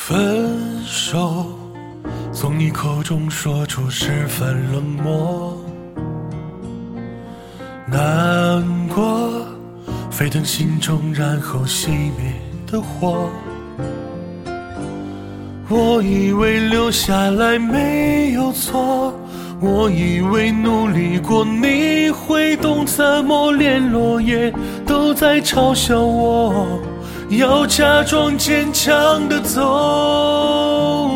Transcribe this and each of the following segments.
分手从你口中说出十分冷漠，难过沸腾心中然后熄灭的火。我以为留下来没有错，我以为努力过你会懂，怎么连落叶都在嘲笑我，要假装坚强的走。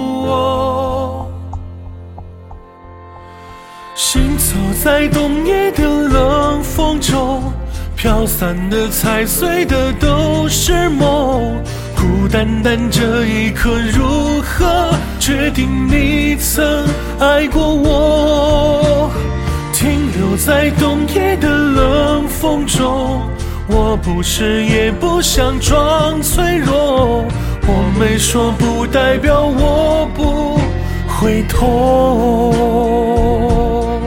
行走在冬夜的冷风中，飘散的踩碎的都是梦，孤单单这一刻如何决定你曾爱过我。停留在冬夜的冷风中，我不是也不想装脆弱，我没说不代表我不会痛。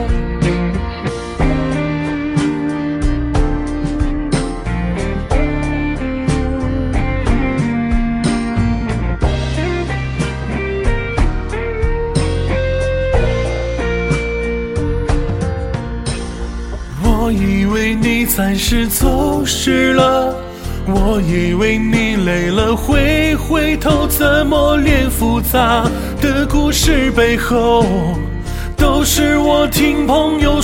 我以为你暂时走失了，我以为你累了会回头，怎么连复杂的故事背后都是我听朋友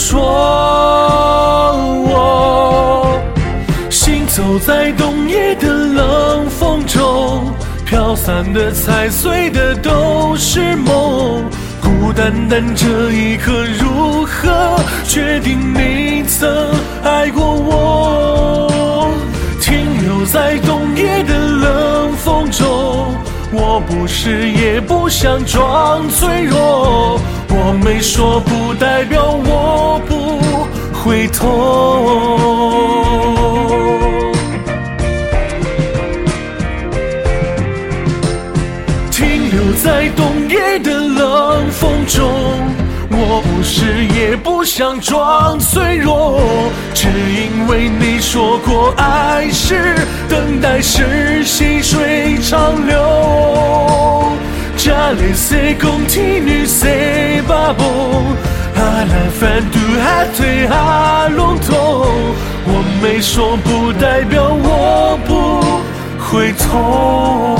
说。行走在冬夜的冷风中，飘散的踩碎的都是梦，孤单单这一刻如何决定你曾爱过我。停留在冬夜的冷风中，我不是也不想装脆弱，我没说不代表我不会痛。停留在冬夜的冷风中，我不是也不想装脆弱，只因为你说过爱是等待，是细水长流。J'allais c'est continue c'est pas bon à la fin du hâte à longtemps， 我没说不代表我不会痛。